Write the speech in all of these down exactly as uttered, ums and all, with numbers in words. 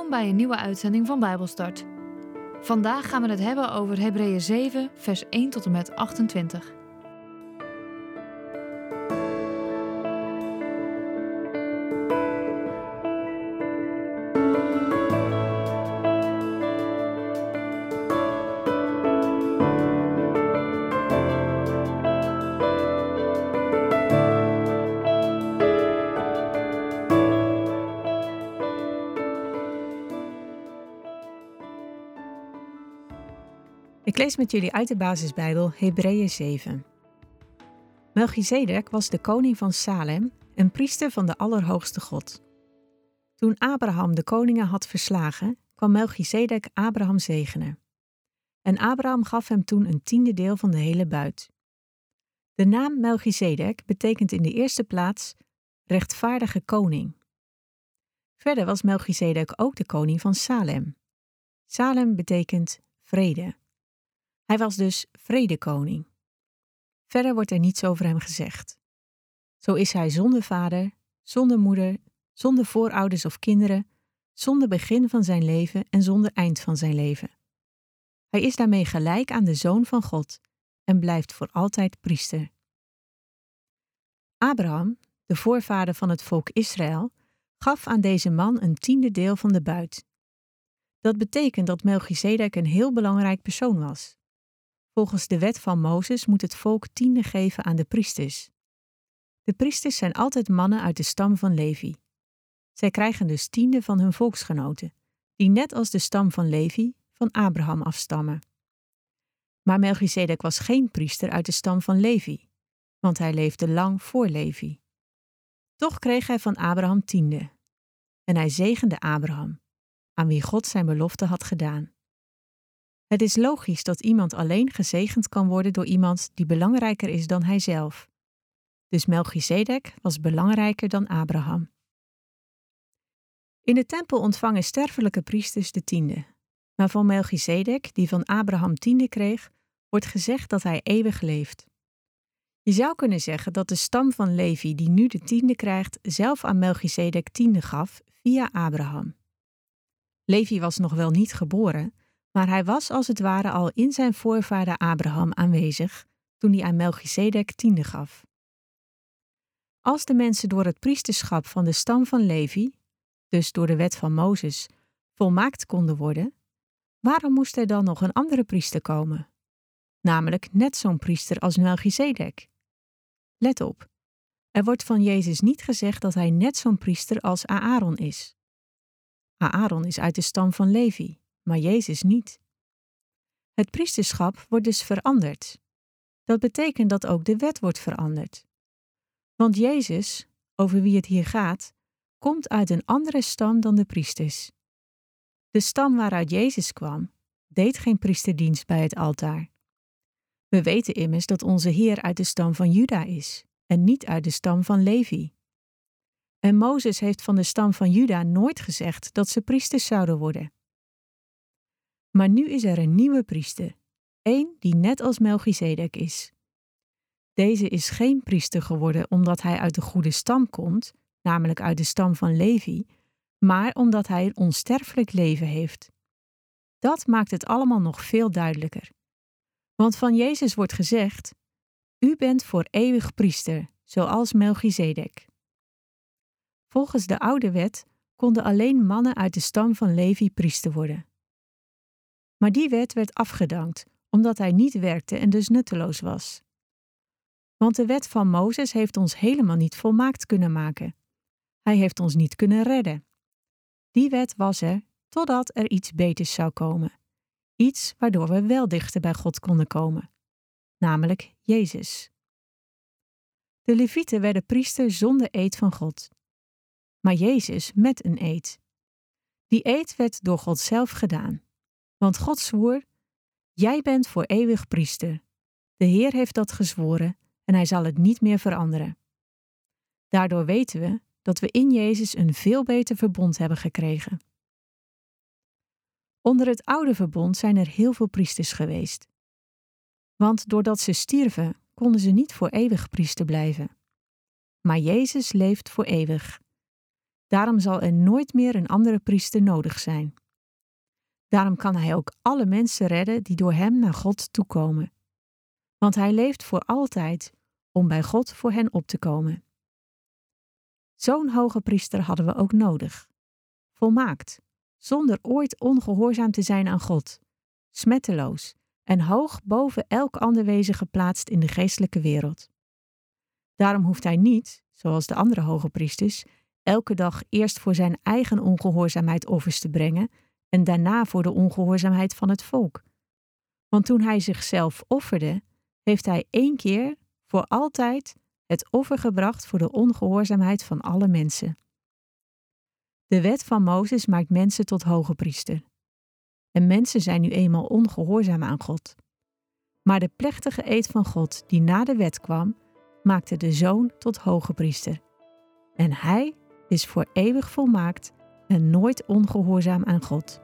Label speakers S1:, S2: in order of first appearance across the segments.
S1: Welkom bij een nieuwe uitzending van Bijbelstart. Vandaag gaan we het hebben over Hebreeën zeven, vers één tot en met achtentwintig.
S2: Ik lees met jullie uit de basisbijbel Hebreeën zeven. Melchizedek was de koning van Salem en priester van de Allerhoogste God. Toen Abraham de koningen had verslagen, kwam Melchizedek Abraham zegenen. En Abraham gaf hem toen een tiende deel van de hele buit. De naam Melchizedek betekent in de eerste plaats rechtvaardige koning. Verder was Melchizedek ook de koning van Salem. Salem betekent vrede. Hij was dus vredekoning. Verder wordt er niets over hem gezegd. Zo is hij zonder vader, zonder moeder, zonder voorouders of kinderen, zonder begin van zijn leven en zonder eind van zijn leven. Hij is daarmee gelijk aan de Zoon van God en blijft voor altijd priester. Abraham, de voorvader van het volk Israël, gaf aan deze man een tiende deel van de buit. Dat betekent dat Melchizedek een heel belangrijk persoon was. Volgens de wet van Mozes moet het volk tiende geven aan de priesters. De priesters zijn altijd mannen uit de stam van Levi. Zij krijgen dus tiende van hun volksgenoten, die net als de stam van Levi van Abraham afstammen. Maar Melchizedek was geen priester uit de stam van Levi, want hij leefde lang voor Levi. Toch kreeg hij van Abraham tiende. En hij zegende Abraham, aan wie God zijn belofte had gedaan. Het is logisch dat iemand alleen gezegend kan worden door iemand die belangrijker is dan hijzelf. Dus Melchizedek was belangrijker dan Abraham. In de tempel ontvangen sterfelijke priesters de tiende. Maar van Melchizedek, die van Abraham tiende kreeg, wordt gezegd dat hij eeuwig leeft. Je zou kunnen zeggen dat de stam van Levi die nu de tiende krijgt, zelf aan Melchizedek tiende gaf via Abraham. Levi was nog wel niet geboren, maar hij was als het ware al in zijn voorvader Abraham aanwezig toen hij aan Melchizedek tiende gaf. Als de mensen door het priesterschap van de stam van Levi, dus door de wet van Mozes, volmaakt konden worden, waarom moest er dan nog een andere priester komen? Namelijk net zo'n priester als Melchizedek. Let op, er wordt van Jezus niet gezegd dat hij net zo'n priester als Aaron is. Aaron is uit de stam van Levi, maar Jezus niet. Het priesterschap wordt dus veranderd. Dat betekent dat ook de wet wordt veranderd. Want Jezus, over wie het hier gaat, komt uit een andere stam dan de priesters. De stam waaruit Jezus kwam, deed geen priesterdienst bij het altaar. We weten immers dat onze Heer uit de stam van Juda is en niet uit de stam van Levi. En Mozes heeft van de stam van Juda nooit gezegd dat ze priesters zouden worden. Maar nu is er een nieuwe priester, één die net als Melchizedek is. Deze is geen priester geworden omdat hij uit de goede stam komt, namelijk uit de stam van Levi, maar omdat hij een onsterfelijk leven heeft. Dat maakt het allemaal nog veel duidelijker. Want van Jezus wordt gezegd: U bent voor eeuwig priester, zoals Melchizedek. Volgens de oude wet konden alleen mannen uit de stam van Levi priester worden. Maar die wet werd afgedankt, omdat hij niet werkte en dus nutteloos was. Want de wet van Mozes heeft ons helemaal niet volmaakt kunnen maken. Hij heeft ons niet kunnen redden. Die wet was er totdat er iets beters zou komen. Iets waardoor we wel dichter bij God konden komen. Namelijk Jezus. De Levieten werden priester zonder eed van God. Maar Jezus met een eed. Die eed werd door God zelf gedaan. Want God zwoer: Jij bent voor eeuwig priester. De Heer heeft dat gezworen en hij zal het niet meer veranderen. Daardoor weten we dat we in Jezus een veel beter verbond hebben gekregen. Onder het oude verbond zijn er heel veel priesters geweest. Want doordat ze stierven, konden ze niet voor eeuwig priester blijven. Maar Jezus leeft voor eeuwig. Daarom zal er nooit meer een andere priester nodig zijn. Daarom kan hij ook alle mensen redden die door hem naar God toekomen. Want hij leeft voor altijd om bij God voor hen op te komen. Zo'n hoge priester hadden we ook nodig. Volmaakt, zonder ooit ongehoorzaam te zijn aan God, smetteloos en hoog boven elk ander wezen geplaatst in de geestelijke wereld. Daarom hoeft hij niet, zoals de andere hoge priesters, elke dag eerst voor zijn eigen ongehoorzaamheid offers te brengen en daarna voor de ongehoorzaamheid van het volk. Want toen hij zichzelf offerde, heeft hij één keer voor altijd het offer gebracht voor de ongehoorzaamheid van alle mensen. De wet van Mozes maakt mensen tot hoge priester. En mensen zijn nu eenmaal ongehoorzaam aan God. Maar de plechtige eed van God die na de wet kwam, maakte de Zoon tot hoge priester. En hij is voor eeuwig volmaakt en nooit ongehoorzaam aan God.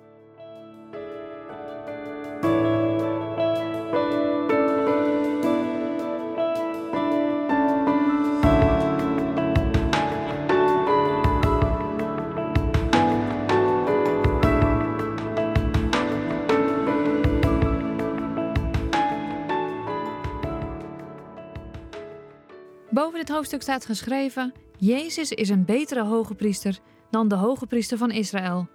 S1: Boven dit hoofdstuk staat geschreven: Jezus is een betere hoge priester dan de hoge priester van Israël.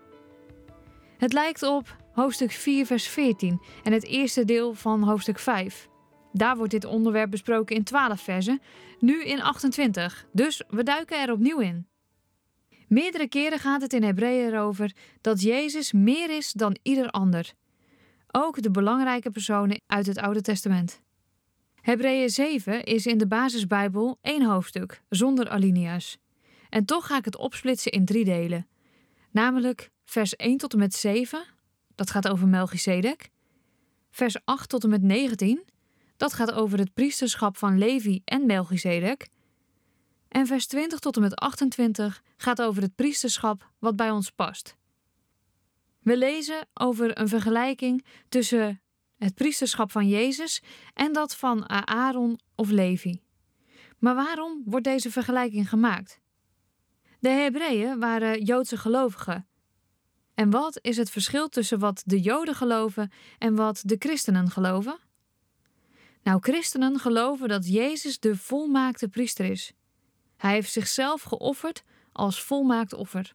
S1: Het lijkt op hoofdstuk vier vers veertien en het eerste deel van hoofdstuk vijf. Daar wordt dit onderwerp besproken in twaalf versen, nu in achtentwintig, dus we duiken er opnieuw in. Meerdere keren gaat het in Hebreeën erover dat Jezus meer is dan ieder ander. Ook de belangrijke personen uit het Oude Testament. Hebreeën zeven is in de basisbijbel één hoofdstuk, zonder alinea's. En toch ga ik het opsplitsen in drie delen. Namelijk vers één tot en met zeven, dat gaat over Melchizedek. Vers acht tot en met negentien, dat gaat over het priesterschap van Levi en Melchizedek. En vers twintig tot en met achtentwintig gaat over het priesterschap wat bij ons past. We lezen over een vergelijking tussen het priesterschap van Jezus en dat van Aaron of Levi. Maar waarom wordt deze vergelijking gemaakt? De Hebreeën waren Joodse gelovigen. En wat is het verschil tussen wat de Joden geloven en wat de christenen geloven? Nou, christenen geloven dat Jezus de volmaakte priester is. Hij heeft zichzelf geofferd als volmaakt offer.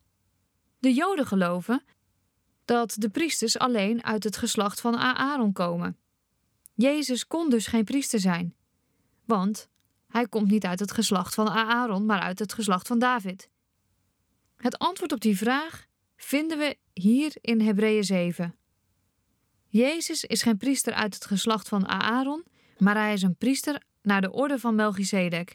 S1: De Joden geloven dat de priesters alleen uit het geslacht van Aaron komen. Jezus kon dus geen priester zijn, want hij komt niet uit het geslacht van Aaron, maar uit het geslacht van David. Het antwoord op die vraag vinden we hier in Hebreeën zeven. Jezus is geen priester uit het geslacht van Aaron, maar hij is een priester naar de orde van Melchizedek.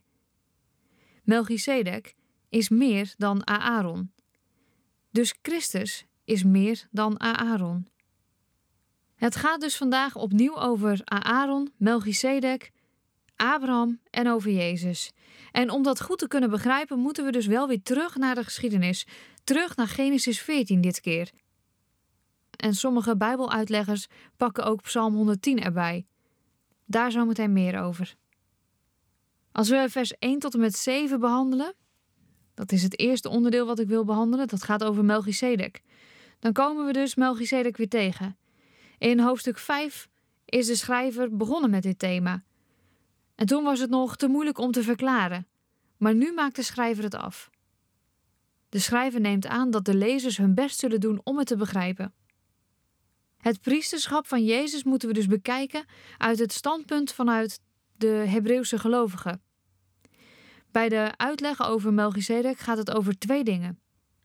S1: Melchizedek is meer dan Aaron. Dus Christus is meer dan Aaron. Het gaat dus vandaag opnieuw over Aaron, Melchizedek, Abraham en over Jezus. En om dat goed te kunnen begrijpen, moeten we dus wel weer terug naar de geschiedenis. Terug naar Genesis veertien dit keer. En sommige Bijbeluitleggers pakken ook Psalm honderdtien erbij. Daar zometeen meer over. Als we vers één tot en met zeven behandelen, dat is het eerste onderdeel wat ik wil behandelen, dat gaat over Melchizedek. Dan komen we dus Melchizedek weer tegen. In hoofdstuk vijf is de schrijver begonnen met dit thema. En toen was het nog te moeilijk om te verklaren. Maar nu maakt de schrijver het af. De schrijver neemt aan dat de lezers hun best zullen doen om het te begrijpen. Het priesterschap van Jezus moeten we dus bekijken uit het standpunt vanuit de Hebreeuwse gelovigen. Bij de uitleg over Melchizedek gaat het over twee dingen.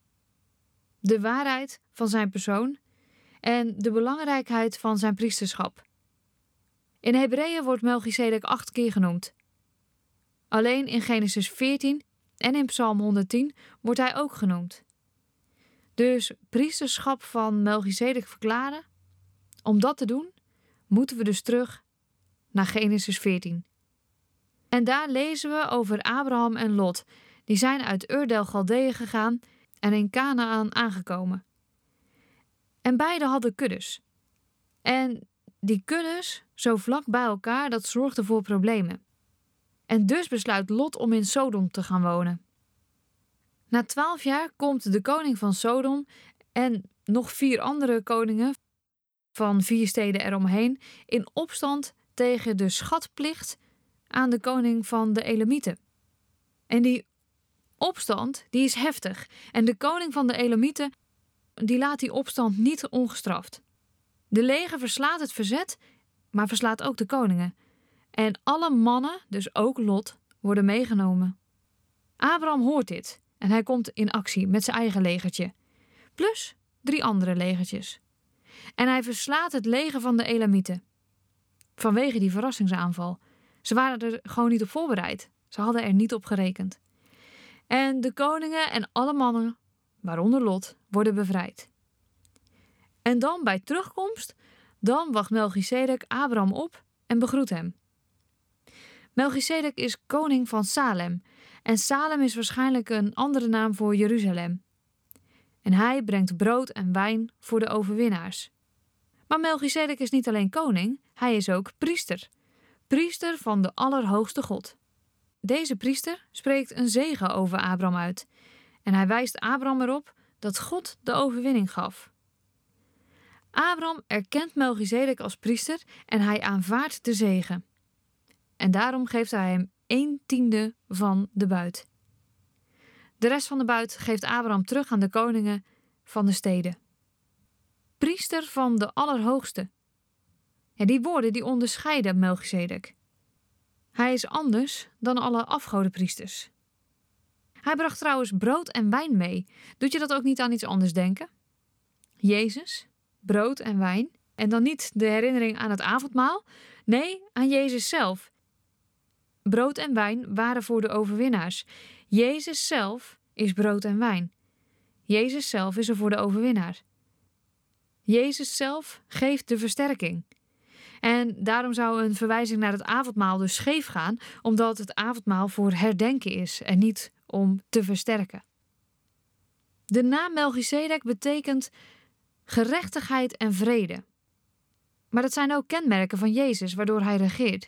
S1: De waarheid van zijn persoon en de belangrijkheid van zijn priesterschap. In Hebreeën wordt Melchizedek acht keer genoemd. Alleen in Genesis veertien en in Psalm honderdtien wordt hij ook genoemd. Dus priesterschap van Melchizedek verklaren, om dat te doen, moeten we dus terug naar Genesis veertien. En daar lezen we over Abraham en Lot. Die zijn uit Ur der Galdeeën gegaan en in Kanaan aangekomen. En beide hadden kuddes. En die kuddes, zo vlak bij elkaar, dat zorgde voor problemen. En dus besluit Lot om in Sodom te gaan wonen. Na twaalf jaar komt de koning van Sodom en nog vier andere koningen van vier steden eromheen in opstand tegen de schatplicht aan de koning van de Elamieten. En die opstand die is heftig. En de koning van de Elamieten die laat die opstand niet ongestraft. De leger verslaat het verzet, maar verslaat ook de koningen. En alle mannen, dus ook Lot, worden meegenomen. Abraham hoort dit en hij komt in actie met zijn eigen legertje. Plus drie andere legertjes. En hij verslaat het leger van de Elamieten. Vanwege die verrassingsaanval. Ze waren er gewoon niet op voorbereid. Ze hadden er niet op gerekend. En de koningen en alle mannen, waaronder Lot, worden bevrijd. En dan bij terugkomst, dan wacht Melchizedek Abraham op en begroet hem. Melchizedek is koning van Salem. En Salem is waarschijnlijk een andere naam voor Jeruzalem. En hij brengt brood en wijn voor de overwinnaars. Maar Melchizedek is niet alleen koning, hij is ook priester. Priester van de Allerhoogste God. Deze priester spreekt een zegen over Abraham uit. En hij wijst Abraham erop dat God de overwinning gaf. Abraham erkent Melchizedek als priester en hij aanvaardt de zegen. En daarom geeft hij hem een tiende van de buit. De rest van de buit geeft Abraham terug aan de koningen van de steden. Priester van de Allerhoogste. En die woorden die onderscheiden Melchizedek. Hij is anders dan alle afgodenpriesters. Hij bracht trouwens brood en wijn mee. Doet je dat ook niet aan iets anders denken? Jezus, brood en wijn. En dan niet de herinnering aan het avondmaal. Nee, aan Jezus zelf. Brood en wijn waren voor de overwinnaars. Jezus zelf is brood en wijn. Jezus zelf is er voor de overwinnaar. Jezus zelf geeft de versterking. En daarom zou een verwijzing naar het avondmaal dus scheef gaan, omdat het avondmaal voor herdenken is en niet om te versterken. De naam Melchizedek betekent gerechtigheid en vrede. Maar dat zijn ook kenmerken van Jezus, waardoor hij regeert.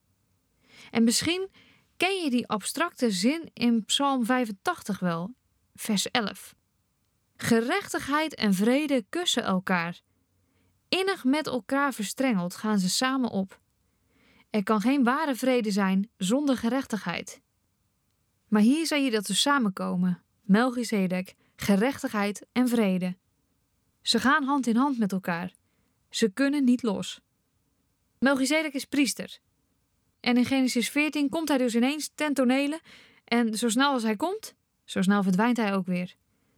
S1: En misschien ken je die abstracte zin in Psalm vijfentachtig wel, vers elf. Gerechtigheid en vrede kussen elkaar. Innig met elkaar verstrengeld gaan ze samen op. Er kan geen ware vrede zijn zonder gerechtigheid. Maar hier zie je dat ze samenkomen. Melchizedek, gerechtigheid en vrede. Ze gaan hand in hand met elkaar. Ze kunnen niet los. Melchizedek is priester. En in Genesis veertien komt hij dus ineens ten tonele. En zo snel als hij komt, zo snel verdwijnt hij ook weer.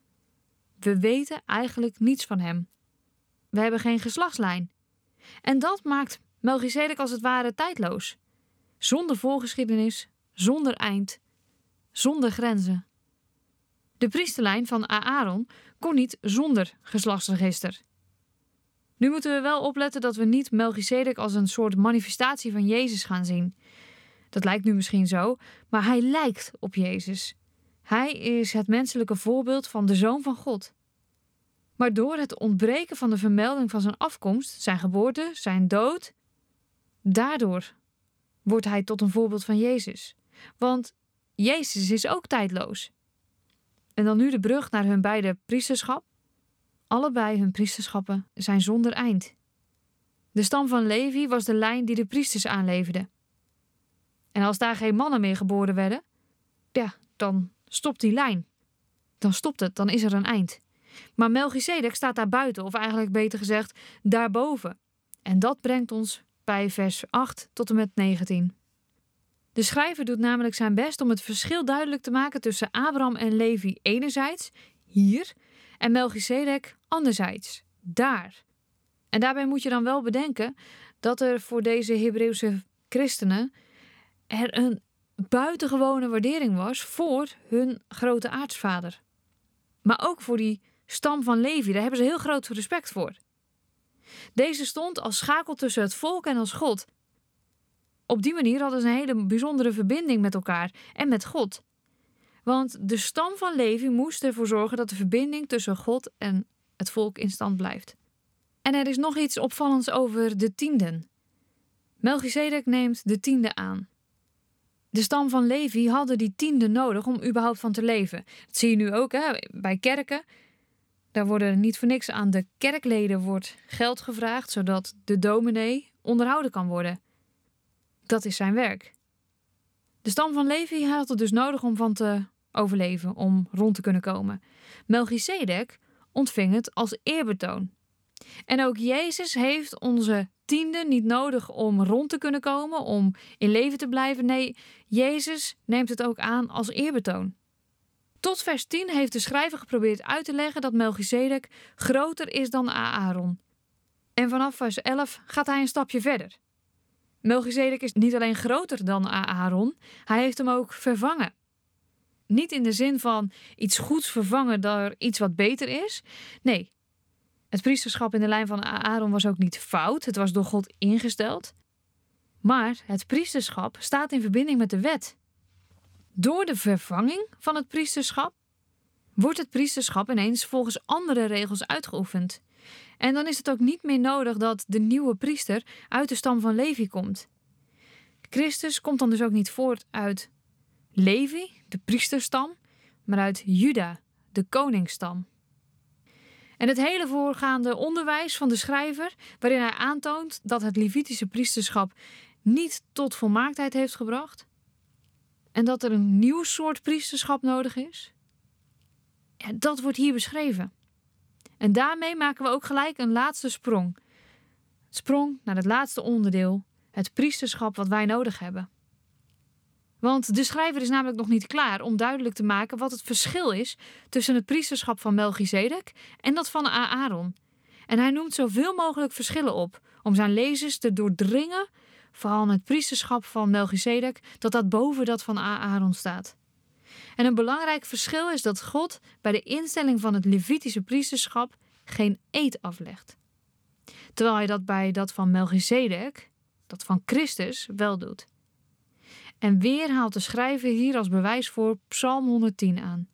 S1: We weten eigenlijk niets van hem. We hebben geen geslachtslijn. En dat maakt Melchizedek als het ware tijdloos. Zonder voorgeschiedenis, zonder eind, zonder grenzen. De priesterlijn van Aaron kon niet zonder geslachtsregister. Nu moeten we wel opletten dat we niet Melchizedek als een soort manifestatie van Jezus gaan zien. Dat lijkt nu misschien zo, maar hij lijkt op Jezus. Hij is het menselijke voorbeeld van de Zoon van God. Maar door het ontbreken van de vermelding van zijn afkomst, zijn geboorte, zijn dood, daardoor wordt hij tot een voorbeeld van Jezus. Want Jezus is ook tijdloos. En dan nu de brug naar hun beide priesterschap. Allebei hun priesterschappen zijn zonder eind. De stam van Levi was de lijn die de priesters aanleverde. En als daar geen mannen meer geboren werden, ja, dan stopt die lijn. Dan stopt het, dan is er een eind. Maar Melchizedek staat daar buiten, of eigenlijk beter gezegd, daarboven. En dat brengt ons bij vers acht tot en met negentien. De schrijver doet namelijk zijn best om het verschil duidelijk te maken tussen Abraham en Levi enerzijds, hier, en Melchizedek anderzijds, daar. En daarbij moet je dan wel bedenken dat er voor deze Hebreeuwse christenen er een buitengewone waardering was voor hun grote aartsvader. Maar ook voor die stam van Levi, daar hebben ze heel groot respect voor. Deze stond als schakel tussen het volk en als God. Op die manier hadden ze een hele bijzondere verbinding met elkaar en met God. Want de stam van Levi moest ervoor zorgen dat de verbinding tussen God en het volk in stand blijft. En er is nog iets opvallends over de tienden. Melchizedek neemt de tiende aan. De stam van Levi hadden die tiende nodig om überhaupt van te leven. Dat zie je nu ook hè, bij kerken. Daar worden niet voor niks aan de kerkleden wordt geld gevraagd, zodat de dominee onderhouden kan worden. Dat is zijn werk. De stam van Levi had het dus nodig om van te overleven, om rond te kunnen komen. Melchizedek ontving het als eerbetoon. En ook Jezus heeft onze tiende niet nodig om rond te kunnen komen, om in leven te blijven. Nee, Jezus neemt het ook aan als eerbetoon. Tot vers tien heeft de schrijver geprobeerd uit te leggen dat Melchizedek groter is dan Aaron. En vanaf vers elf gaat hij een stapje verder. Melchizedek is niet alleen groter dan Aaron, hij heeft hem ook vervangen. Niet in de zin van iets goeds vervangen door iets wat beter is. Nee, het priesterschap in de lijn van Aaron was ook niet fout, het was door God ingesteld. Maar het priesterschap staat in verbinding met de wet. Door de vervanging van het priesterschap wordt het priesterschap ineens volgens andere regels uitgeoefend. En dan is het ook niet meer nodig dat de nieuwe priester uit de stam van Levi komt. Christus komt dan dus ook niet voort uit Levi, de priesterstam, maar uit Juda, de koningsstam. En het hele voorgaande onderwijs van de schrijver, waarin hij aantoont dat het Levitische priesterschap niet tot volmaaktheid heeft gebracht en dat er een nieuw soort priesterschap nodig is, ja, dat wordt hier beschreven. En daarmee maken we ook gelijk een laatste sprong. Sprong naar het laatste onderdeel, het priesterschap wat wij nodig hebben. Want de schrijver is namelijk nog niet klaar om duidelijk te maken wat het verschil is tussen het priesterschap van Melchizedek en dat van Aaron. En hij noemt zoveel mogelijk verschillen op om zijn lezers te doordringen van het priesterschap van Melchizedek, dat dat boven dat van Aaron staat. En een belangrijk verschil is dat God bij de instelling van het Levitische priesterschap geen eed aflegt. Terwijl hij dat bij dat van Melchizedek, dat van Christus, wel doet. En weer haalt de schrijver hier als bewijs voor Psalm honderdtien aan.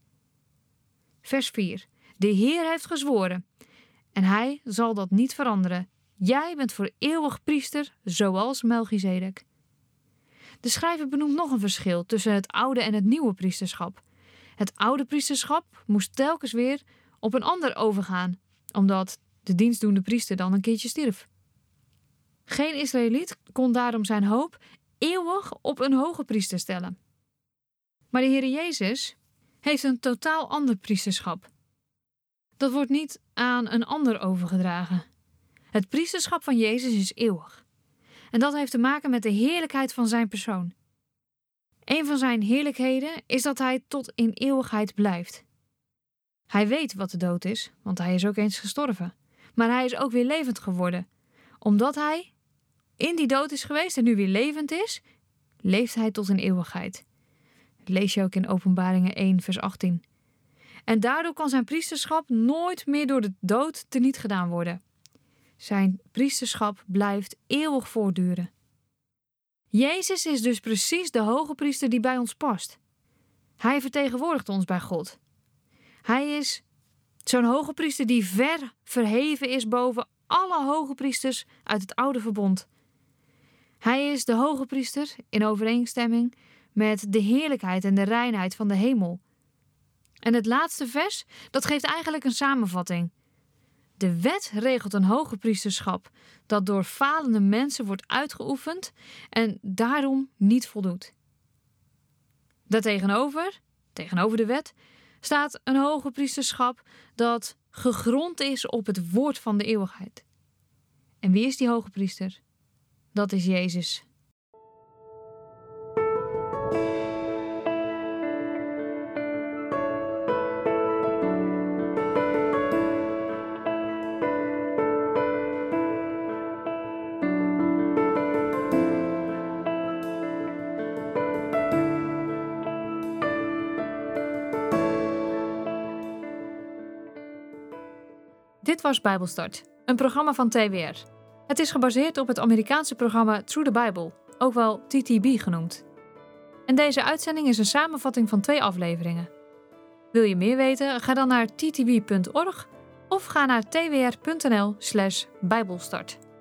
S1: Vers vier. De Heer heeft gezworen en hij zal dat niet veranderen. Jij bent voor eeuwig priester, zoals Melchizedek. De schrijver benoemt nog een verschil tussen het oude en het nieuwe priesterschap. Het oude priesterschap moest telkens weer op een ander overgaan, omdat de dienstdoende priester dan een keertje stierf. Geen Israëliet kon daarom zijn hoop eeuwig op een hoge priester stellen. Maar de Heer Jezus heeft een totaal ander priesterschap. Dat wordt niet aan een ander overgedragen. Het priesterschap van Jezus is eeuwig. En dat heeft te maken met de heerlijkheid van zijn persoon. Een van zijn heerlijkheden is dat hij tot in eeuwigheid blijft. Hij weet wat de dood is, want hij is ook eens gestorven. Maar hij is ook weer levend geworden. Omdat hij in die dood is geweest en nu weer levend is, leeft hij tot in eeuwigheid. Dat lees je ook in Openbaringen één vers achttien. En daardoor kan zijn priesterschap nooit meer door de dood teniet gedaan worden. Zijn priesterschap blijft eeuwig voortduren. Jezus is dus precies de hoge priester die bij ons past. Hij vertegenwoordigt ons bij God. Hij is zo'n hoge priester die ver verheven is boven alle hoge priesters uit het oude verbond. Hij is de hoge priester in overeenstemming met de heerlijkheid en de reinheid van de hemel. En het laatste vers, dat geeft eigenlijk een samenvatting. De wet regelt een hoge priesterschap dat door falende mensen wordt uitgeoefend en daarom niet voldoet. Daartegenover, tegenover de wet, staat een hoge priesterschap dat gegrond is op het woord van de eeuwigheid. En wie is die hoge priester? Dat is Jezus. Dit was Bijbelstart, een programma van T W R. Het is gebaseerd op het Amerikaanse programma Through the Bible, ook wel T T B genoemd. En deze uitzending is een samenvatting van twee afleveringen. Wil je meer weten? Ga dan naar t t b punt org of ga naar t w r punt n l slash bijbelstart.